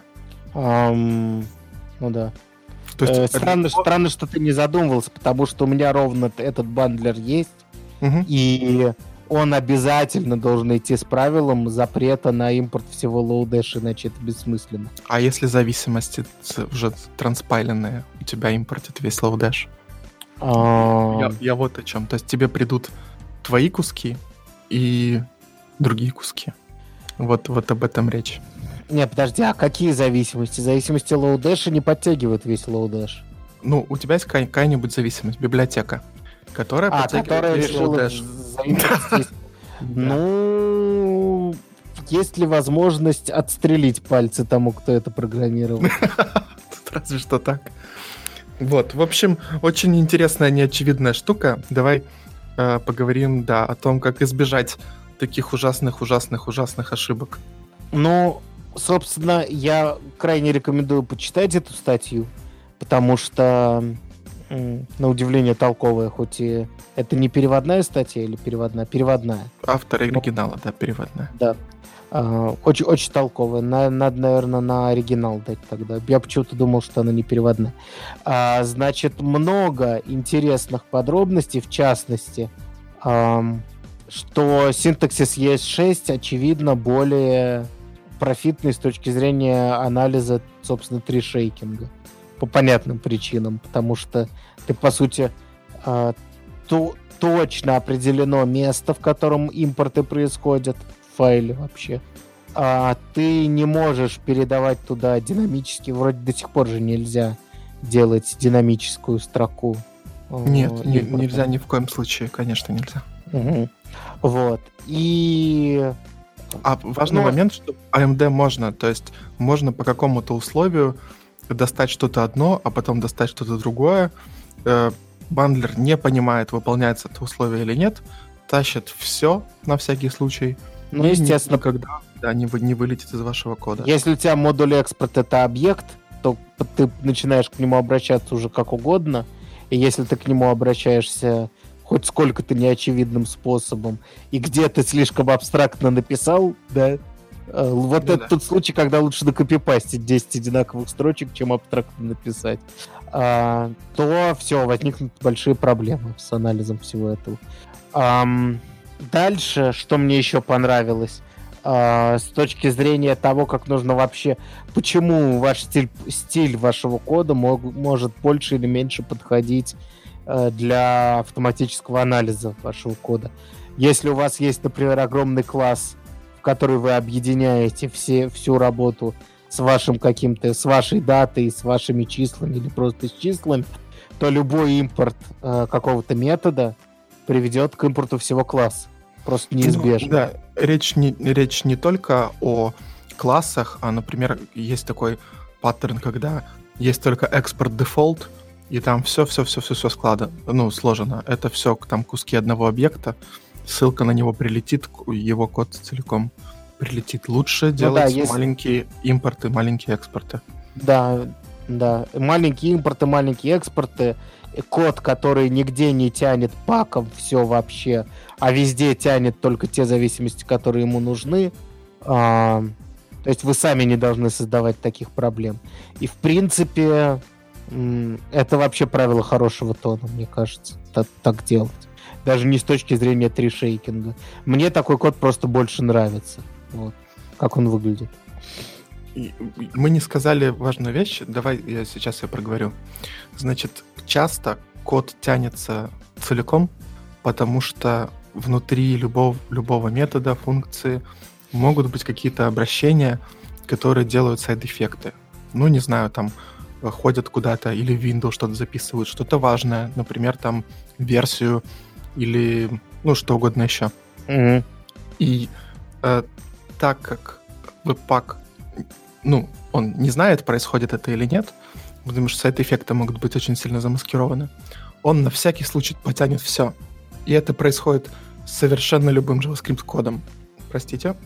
Ам, ну да. То есть, Э, странно, легко- странно, что ты не задумывался, потому что у меня ровно т- этот бандлер есть, Мгм. и он обязательно должен идти с правилом запрета на импорт всего Lodash, иначе это бессмысленно. А если зависимости ц- уже транспайленные, у тебя импортит весь Lodash? Ам, Я, я вот о чем. То есть тебе придут твои куски и другие куски. Вот, вот об этом речь. Не, подожди, а какие зависимости? Зависимости Lodash не подтягивают весь Lodash. Ну, у тебя есть какая- какая-нибудь зависимость, библиотека, которая А, подтягивает которая весь решила Lodash. заимпортить. Да. Ну, есть ли возможность отстрелить пальцы тому, кто это программировал? Тут разве что так. Вот, в общем, очень интересная, неочевидная штука. Давай э, поговорим, да, о том, как избежать таких ужасных-ужасных-ужасных ошибок. Ну, собственно, я крайне рекомендую почитать эту статью, потому что, м, на удивление, толковая, хоть и это не переводная статья или переводная, переводная, Автор оригинала, да, переводная. да. А, Очень, очень толковая. На- Надо, наверное, на оригинал дать тогда. Я почему-то думал, что она не переводная. А, Значит, много интересных подробностей, в частности, ам, что синтаксис и эс шесть, очевидно, более профитный с точки зрения анализа, собственно, трешейкинга. По понятным причинам. Потому что ты, по сути, а, то- точно определено место, в котором импорты происходят в файле вообще. А ты не можешь передавать туда динамически. Вроде до сих пор же нельзя делать динамическую строку. э, Нет, не- импорта. нельзя ни в коем случае, конечно, нельзя. Мгм. Вот. И... А важный Но- момент, что эй эм ди можно, то есть можно по какому-то условию достать что-то одно, а потом достать что-то другое. Э, Бандлер не понимает, выполняется это условие или нет, тащит все на всякий случай. Ну, и естественно, никогда да, не, вы- не вылетит из вашего кода. если у тебя модуль экспорт — это объект, то ты начинаешь к нему обращаться уже как угодно. И если ты к нему обращаешься хоть сколько-то неочевидным способом, и где ты слишком абстрактно написал, да, э, вот Ну это да. тот случай, когда лучше накопипастить десять одинаковых строчек, чем абстрактно написать, а, то все, возникнут большие проблемы с анализом всего этого. Ам, Дальше, что мне еще понравилось, А, с точки зрения того, как нужно вообще, почему ваш стиль, стиль вашего кода мог, может больше или меньше подходить э, для автоматического анализа вашего кода. Если у вас есть, например, огромный класс, в который вы объединяете все, всю работу с вашим каким-то, с вашей датой, с вашими числами или просто с числами, то любой импорт э, какого-то метода приведет к импорту всего класса. Просто неизбежно. Ну, да, речь не, речь не только о классах, а, например, есть такой паттерн, когда есть только экспорт дефолт, и там все-все-все-все склада, ну, сложено. Это все там куски одного объекта, ссылка на него прилетит, его код целиком прилетит. Лучше ну, делать да, есть... маленькие импорты, маленькие экспорты. Да, да. Маленькие импорты, маленькие экспорты. Код, который нигде не тянет паком все вообще, а везде тянет только те зависимости, которые ему нужны. А, то есть вы сами не должны создавать таких проблем. И в принципе это вообще правило хорошего тона, мне кажется, так, так делать. Даже не с точки зрения трешейкинга. Мне такой код просто больше нравится. Вот. Как он выглядит. Мы не сказали важную вещь, давай я сейчас ее проговорю. Значит, часто код тянется целиком, потому что внутри любого, любого метода, функции могут быть какие-то обращения, которые делают сайд-эффекты. Ну, не знаю, там ходят куда-то или в Windows что-то записывают, что-то важное, например, там версию или ну, что угодно еще. Mm-hmm. И э, так как Webpack ну, он не знает, происходит это или нет, потому что сайд-эффекты могут быть очень сильно замаскированы. Он на всякий случай потянет все. И это происходит с совершенно любым JavaScript-кодом. Простите.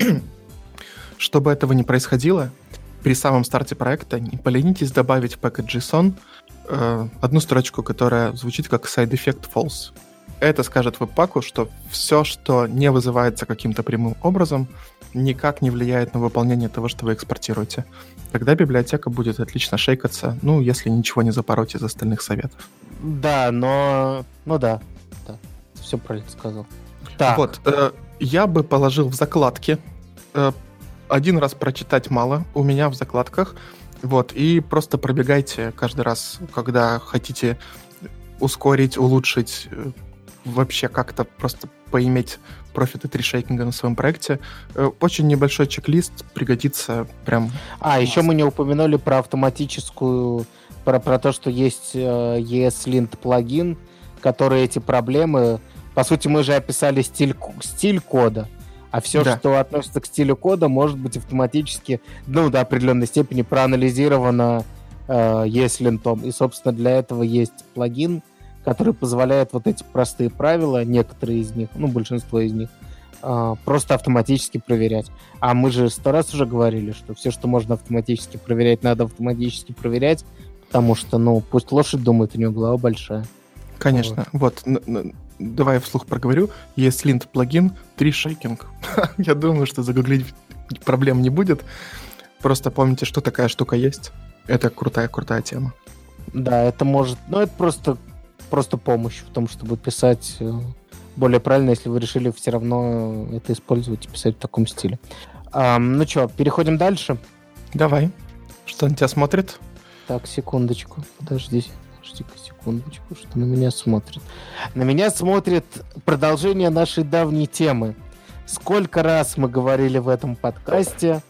Чтобы этого не происходило, при самом старте проекта не поленитесь добавить в package.json э, одну строчку, которая звучит как side-effect false. Это скажет Webpack, что все, что не вызывается каким-то прямым образом, никак не влияет на выполнение того, что вы экспортируете. Тогда библиотека будет отлично шейкаться, ну, если ничего не запороть из остальных советов. Да, но... Ну да, да. Все правильно сказал. Так. Вот, э, я бы положил в закладки. Э, один раз прочитать мало у меня в закладках. Вот, и просто пробегайте каждый раз, когда хотите ускорить, улучшить, вообще как-то просто поиметь профиты трешейкинга на своем проекте. Очень небольшой чек-лист пригодится прям... А, еще мы не упомянули про автоматическую... Про, про то, что есть э, и эс-линт плагин, который эти проблемы... По сути, мы же описали стиль, стиль кода, а все, да. что относится к стилю кода, может быть автоматически, ну, до определенной степени проанализировано э, и эс-линтом. И, собственно, для этого есть плагин, который позволяет вот эти простые правила, некоторые из них, ну, большинство из них, э, просто автоматически проверять. А мы же сто раз уже говорили, что все, что можно автоматически проверять, надо автоматически проверять, потому что, ну, пусть лошадь думает, у нее голова большая. Конечно. Вот. вот. Давай я вслух проговорю. Есть линт плагин трешейкинг. Я думаю, что загуглить проблем не будет. Просто помните, что такая штука есть. Это крутая-крутая тема. Да, это может... Ну, это просто... Просто помощь в том, чтобы писать более правильно, если вы решили все равно это использовать и писать в таком стиле. А, ну что, переходим дальше? Давай. Что на тебя смотрит? Так, секундочку. Подожди. Подожди-ка секундочку, что на меня смотрит. На меня смотрит продолжение нашей давней темы. Сколько раз мы говорили в этом подкасте,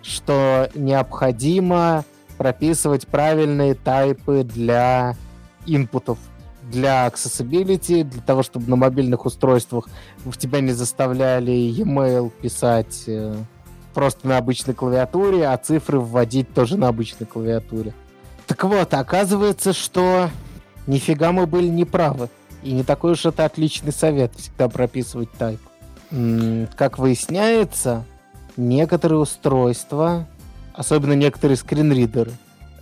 что необходимо прописывать правильные тайпы для инпутов, для accessibility, для того, чтобы на мобильных устройствах в тебя не заставляли e-mail писать э, просто на обычной клавиатуре, а цифры вводить тоже на обычной клавиатуре. Так вот, оказывается, что нифига мы были неправы. И не такой уж это отличный совет всегда прописывать тайп. М-м, как выясняется, некоторые устройства, особенно некоторые скринридеры,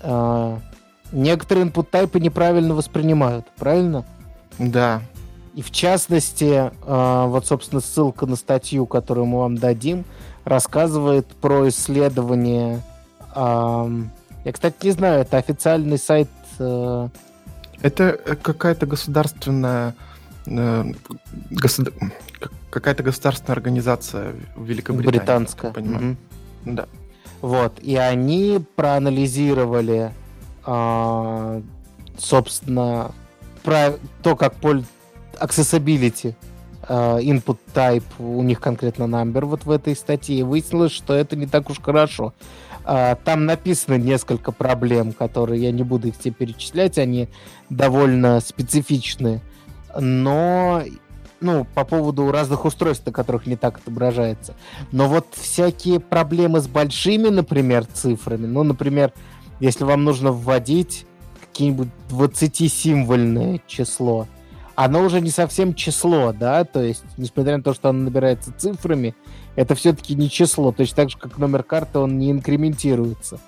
э- некоторые input-тайпы неправильно воспринимают, правильно? Да. И в частности, э, вот, собственно, ссылка на статью, которую мы вам дадим, рассказывает про исследование. Э, я, кстати, не знаю, это официальный сайт... Э... Это какая-то государственная э, государ... какая-то государственная организация в Великобритании. Британская. Понимаю. Угу. Да. Вот, и они проанализировали, э, собственно, про то, как пол... accessibility, э, input type, у них конкретно number вот в этой статье, и выяснилось, что это не так уж хорошо. Э, там написано несколько проблем, которые я не буду их тебе перечислять, они довольно специфичные, но... Ну, по поводу разных устройств, на которых не так отображается. Но вот всякие проблемы с большими, например, цифрами, ну, например, если вам нужно вводить какие-нибудь двадцатисимвольное число, оно уже не совсем число, да, то есть, несмотря на то, что оно набирается цифрами, это все-таки не число, точно так же, как номер карты, он не инкрементируется.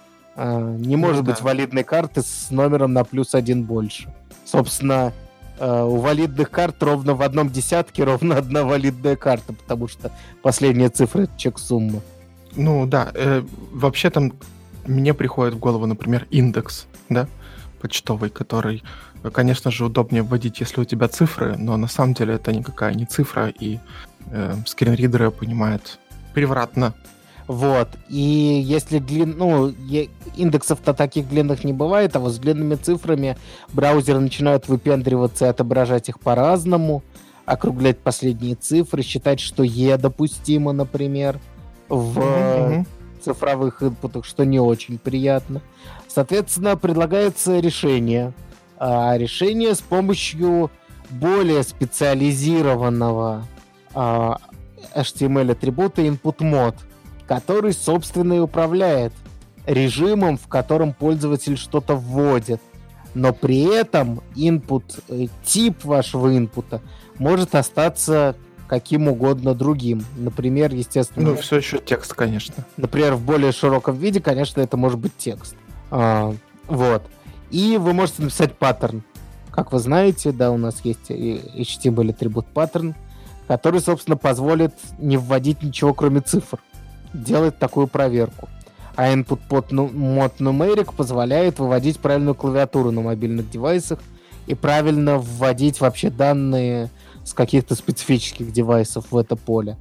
Не может ну, быть да. валидной карты с номером на плюс один больше. Собственно, у валидных карт ровно в одном десятке ровно одна валидная карта, потому что последняя цифра — это чек-сумма. Ну да, э, вообще там мне приходит в голову, например, индекс, да, почтовый, который, конечно же, удобнее вводить, если у тебя цифры, но на самом деле это никакая не цифра, и э, скринридеры понимают превратно. Вот, и если длин... ну, индексов-то таких длинных не бывает, а вот с длинными цифрами браузеры начинают выпендриваться и отображать их по-разному, округлять последние цифры, считать, что E допустимо, например, в mm-hmm. цифровых инпутах, что не очень приятно. Соответственно, предлагается решение. А решение с помощью более специализированного а, эйч ти эм эль-атрибута input-mode, который, собственно, и управляет режимом, в котором пользователь что-то вводит. Но при этом input, тип вашего инпута может остаться каким угодно другим. Например, естественно... Ну, все еще текст, конечно. Например, в более широком виде, конечно, это может быть текст. А, вот. И вы можете написать паттерн. Как вы знаете, да, у нас есть эйч ти эм эль-атрибут паттерн, который, собственно, позволит не вводить ничего, кроме цифр. Делать такую проверку. А input mode numeric позволяет выводить правильную клавиатуру на мобильных девайсах и правильно вводить вообще данные с каких-то специфических девайсов в это поле.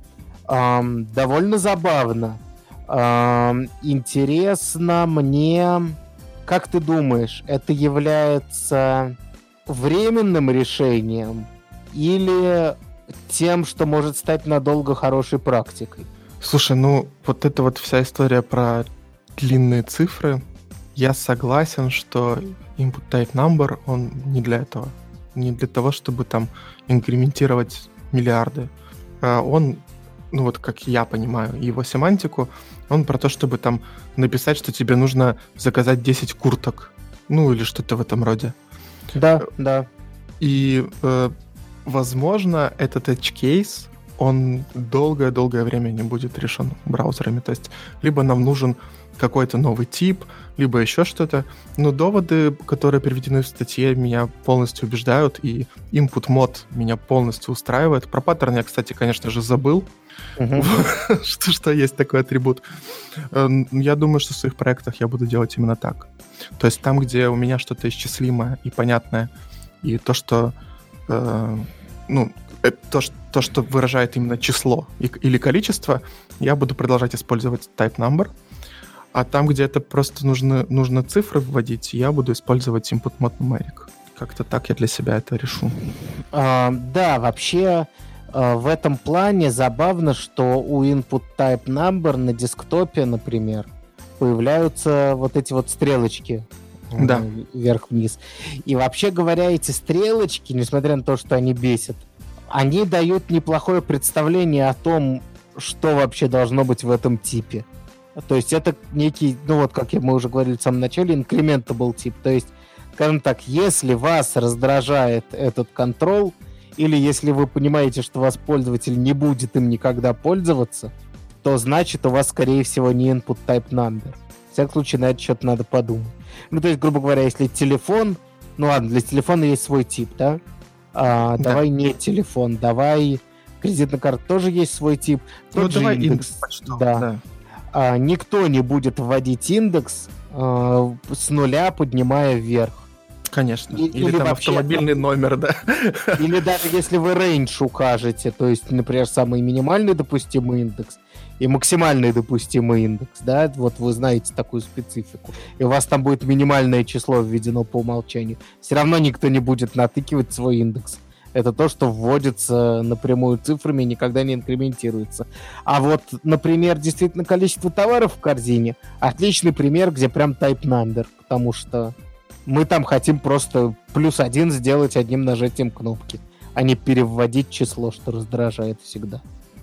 Эм, довольно забавно. Эм, интересно мне, как ты думаешь, это является временным решением или тем, что может стать надолго хорошей практикой? Слушай, ну вот эта вот вся история про длинные цифры, я согласен, что input type number, он не для этого. Не для того, чтобы там инкрементировать миллиарды. А он, ну вот как я понимаю его семантику, он про то, чтобы там написать, что тебе нужно заказать десять курток. Ну или что-то в этом роде. Да, да. И, э, возможно, этот edge case, он долгое-долгое время не будет решен браузерами. То есть либо нам нужен какой-то новый тип, либо еще что-то. Но доводы, которые приведены в статье, меня полностью убеждают, и input mode меня полностью устраивает. Про паттерн я, кстати, конечно же, забыл, uh-huh. что, что есть такой атрибут. Я думаю, что в своих проектах я буду делать именно так. То есть там, где у меня что-то исчислимое и понятное, и то, что... Э, ну, То что, то, что выражает именно число или количество, я буду продолжать использовать type number. А там, где это просто нужно, нужно цифры вводить, я буду использовать input mode numeric. Как-то так я для себя это решу. А, да, вообще а, в этом плане забавно, что у input type number на десктопе, например, появляются вот эти вот стрелочки. Да. Вверх-вниз. И вообще говоря, эти стрелочки, несмотря на то, что они бесят, они дают неплохое представление о том, что вообще должно быть в этом типе. То есть это некий, ну вот, как мы уже говорили в самом начале, incrementable тип. То есть, скажем так, если вас раздражает этот control, или если вы понимаете, что ваш пользователь не будет им никогда пользоваться, то значит у вас, скорее всего, не input type number. В всяком случае, на это что-то надо подумать. Ну, то есть, грубо говоря, если телефон... Ну ладно, для телефона есть свой тип, да? А, да. Давай не телефон, давай кредитная карта тоже есть свой тип. Тот ну, же давай индекс. индекс да. да. А, никто не будет вводить индекс а, с нуля, поднимая вверх. Конечно. Конечно. И, или, или там вообще, автомобильный номер, да. Или даже если вы range укажете, то есть, например, самый минимальный допустимый индекс и максимальный допустимый индекс, да, вот вы знаете такую специфику, и у вас там будет минимальное число введено по умолчанию, все равно никто не будет натыкивать свой индекс. Это то, что вводится напрямую цифрами и никогда не инкрементируется. А вот, например, действительно количество товаров в корзине — отличный пример, где прям type number, потому что мы там хотим просто плюс один сделать одним нажатием кнопки, а не переводить число, что раздражает всегда.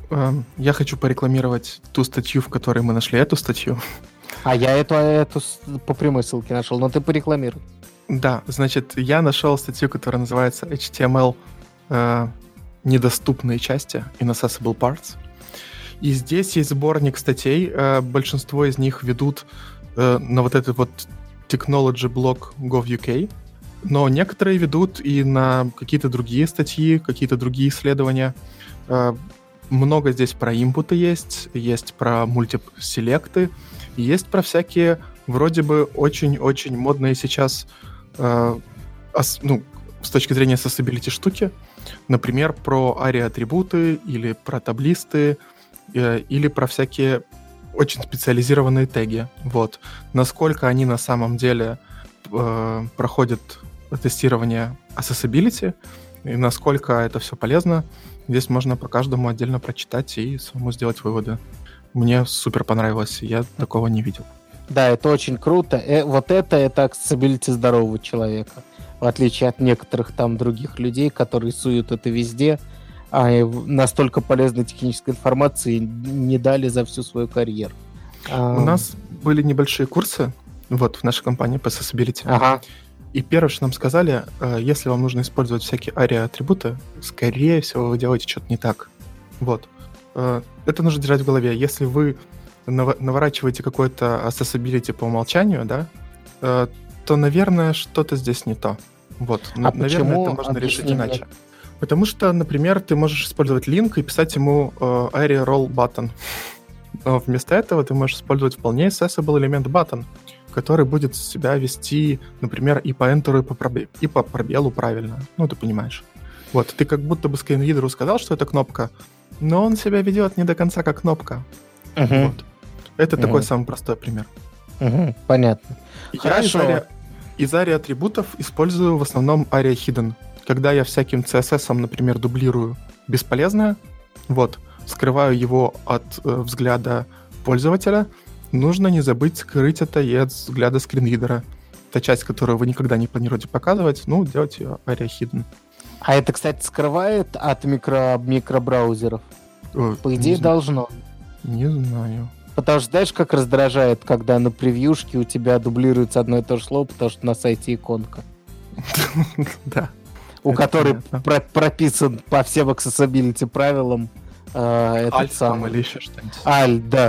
Я хочу порекламировать ту статью, в которой мы нашли эту статью. А я эту, эту по прямой ссылке нашел, но ты порекламируй. Да, значит, я нашел статью, которая называется эйч ти эм эл э, «Недоступные части» (Inaccessible Parts). И здесь есть сборник статей. Э, большинство из них ведут э, на вот этот вот Technology блог gov.uk, но некоторые ведут и на какие-то другие статьи, какие-то другие исследования. Э, много здесь про инпуты есть, есть про мультиселекты, есть про всякие вроде бы очень-очень модные сейчас, э, ос, ну, с точки зрения accessibility штуки, например, про ари-атрибуты или про таблисты, э, или про всякие очень специализированные теги. Вот. Насколько они на самом деле э, проходят тестирование accessibility, и насколько это все полезно, здесь можно по каждому отдельно прочитать и самому сделать выводы. Мне супер понравилось, я такого не видел. Да, это очень круто. Э, вот это, это accessibility здорового человека. В отличие от некоторых там других людей, которые суют это везде, а настолько полезной технической информации не дали за всю свою карьеру. У нас были небольшие курсы вот в нашей компании по accessibility. Ага. И первое, что нам сказали, если вам нужно использовать всякие ари-атрибуты, скорее всего, вы делаете что-то не так. Вот. Это нужно держать в голове. Если вы наворачиваете какой-то accessibility по умолчанию, да, то, наверное, что-то здесь не то. Вот. А наверное, почему? это можно Объясни решить иначе. мне. Потому что, например, ты можешь использовать линк и писать ему uh, Aria Roll Button. Но вместо этого ты можешь использовать вполне accessible элемент button, который будет себя вести, например, и по Enter, и по, пробе- и по пробелу правильно. Ну, ты понимаешь. Вот, ты как будто бы скринридеру сказал, что это кнопка, но он себя ведет не до конца как кнопка. Uh-huh. Вот. Это uh-huh. такой самый простой пример. Uh-huh. Понятно. Я из Aria, из Aria атрибутов использую в основном Aria Hidden. Когда я всяким си эс эс, например, дублирую бесполезное, вот, скрываю его от э, взгляда пользователя, нужно не забыть скрыть это и от взгляда скринридера. Та часть, которую вы никогда не планируете показывать, ну, делать ее Aria Hidden. А это, кстати, скрывает от микро, микробраузеров? О, По идее, не должно. Не знаю. Потому что знаешь, как раздражает, когда на превьюшке у тебя дублируется одно и то же слово, потому что на сайте иконка. Да. У которой про- прописан по всем accessibility правилам э, этот Альт самый. или еще что-нибудь. Аль, да.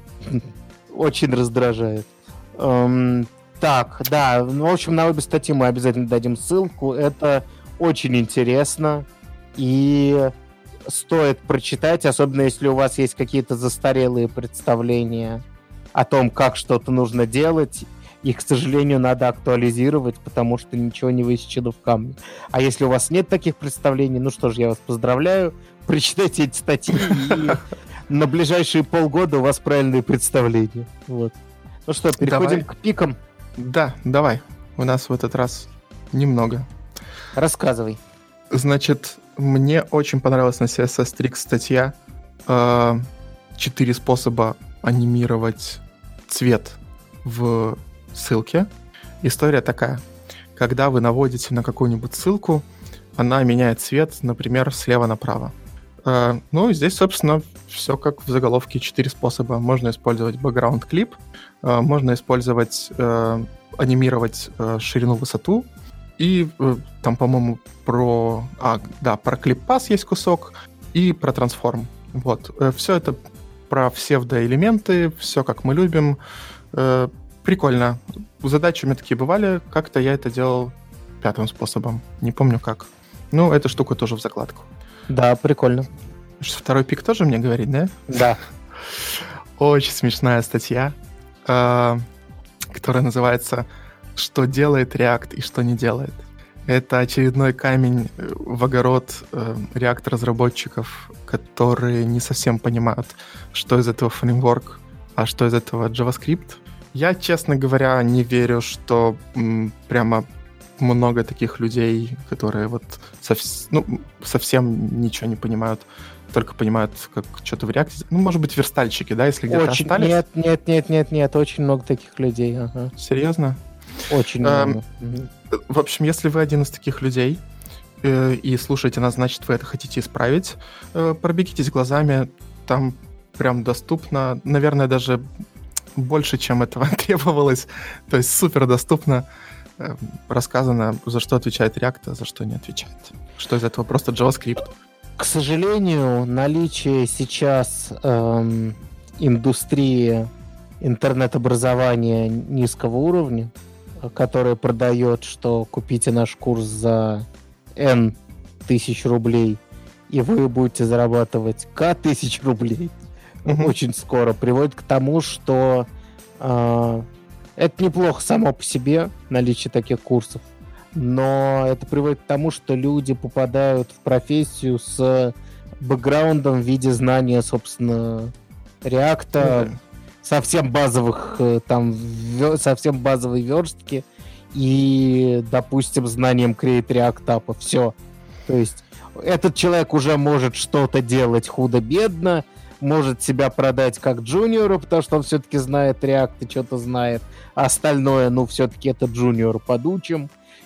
Очень раздражает. Эм, так, да. Ну, в общем, на обе статьи мы обязательно дадим ссылку. Это очень интересно. И стоит прочитать, особенно если у вас есть какие-то застарелые представления о том, как что-то нужно делать. Их, к сожалению, надо актуализировать, потому что ничего не высечено в камне. А если у вас нет таких представлений, ну что ж, я вас поздравляю. Прочитайте эти статьи, и на ближайшие полгода у вас правильные представления. Вот. Ну что, переходим Давай. к пикам. Да, давай. У нас в этот раз немного. Рассказывай. Значит, мне очень понравилась на си эс эс Tricks статья э, «Четыре способа анимировать цвет в ссылке». История такая. Когда вы наводите на какую-нибудь ссылку, она меняет цвет, например, слева направо. Э, ну, и здесь, собственно, все как в заголовке. Четыре способа. Можно использовать background клип, э, можно использовать, э, анимировать э, ширину, высоту, и э, там, по-моему, про... А, да, про клип-пас есть кусок, и про трансформ. Вот. Э, все это про псевдоэлементы, все как мы любим. Э, прикольно. Задачи у меня такие бывали. Как-то я это делал пятым способом. Не помню как. Ну, эта штука тоже в закладку. Да, прикольно. Второй пик тоже мне говорит, да? Да. Очень смешная статья, э, которая называется что делает React и что не делает. Это очередной камень в огород э, React-разработчиков, которые не совсем понимают, что из этого фреймворк, а что из этого JavaScript. Я, честно говоря, не верю, что м, прямо много таких людей, которые вот совс- ну, совсем ничего не понимают, только понимают, как что-то в React. Ну, может быть, верстальщики, да, если где-то Очень... остались? Нет, нет, нет, нет, нет, очень много таких людей. Ага. Серьезно? Очень Эм, много. В общем, если вы один из таких людей э, и слушаете нас, значит, вы это хотите исправить, э, пробегитесь глазами, там прям доступно, наверное, даже больше, чем этого требовалось, то есть супер доступно э, рассказано, за что отвечает React, а за что не отвечает. Что из этого просто JavaScript. К сожалению, наличие сейчас эм, индустрии интернет-образования низкого уровня, которая продает, что купите наш курс за N тысяч рублей, и вы будете зарабатывать К тысяч рублей mm-hmm. очень скоро, приводит к тому, что э, это неплохо само по себе, наличие таких курсов, но это приводит к тому, что люди попадают в профессию с бэкграундом в виде знания, собственно, React, mm-hmm. совсем базовых, там, совсем базовой верстки и, допустим, знанием Create React App. Все. То есть этот человек уже может что-то делать худо-бедно, может себя продать как джуниору, потому что он все-таки знает React и что-то знает. А остальное, ну, все-таки это джуниор подучим.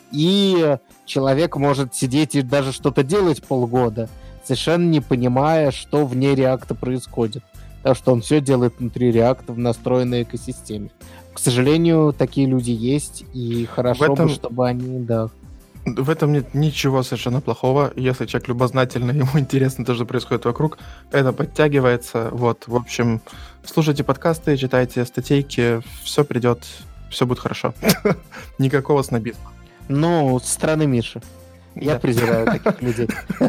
И человек может сидеть и даже что-то делать полгода, совершенно не понимая, что вне React происходит. Потому что он все делает внутри React в настроенной экосистеме. К сожалению, такие люди есть, и хорошо этом... бы, чтобы они, да. В этом нет ничего совершенно плохого. Если человек любознательный, ему интересно то, что происходит вокруг, это подтягивается. Вот, в общем, слушайте подкасты, читайте статейки, все придет, все будет хорошо. Никакого снобизма. Ну, со стороны Миши. Я презираю таких людей.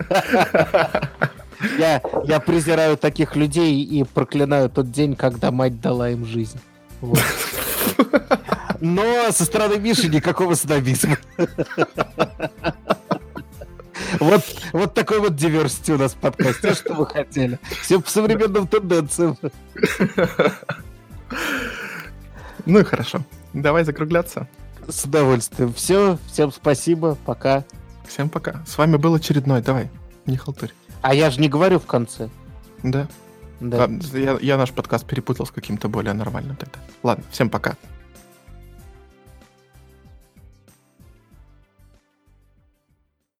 Я, я презираю таких людей и проклинаю тот день, когда мать дала им жизнь. Вот. Но со стороны Миши никакого снобизма. Вот, вот такой вот диверсити у нас в подкасте. Что вы хотели? Все по современным тенденциям. Ну и хорошо. Давай закругляться. С удовольствием. Все. Всем спасибо. Пока. Всем пока. С вами был очередной. Давай, не халтурь. А я же не говорю в конце. Да. Да. Ладно, я, я наш подкаст перепутал с каким-то более нормальным тогда. Ладно, всем пока.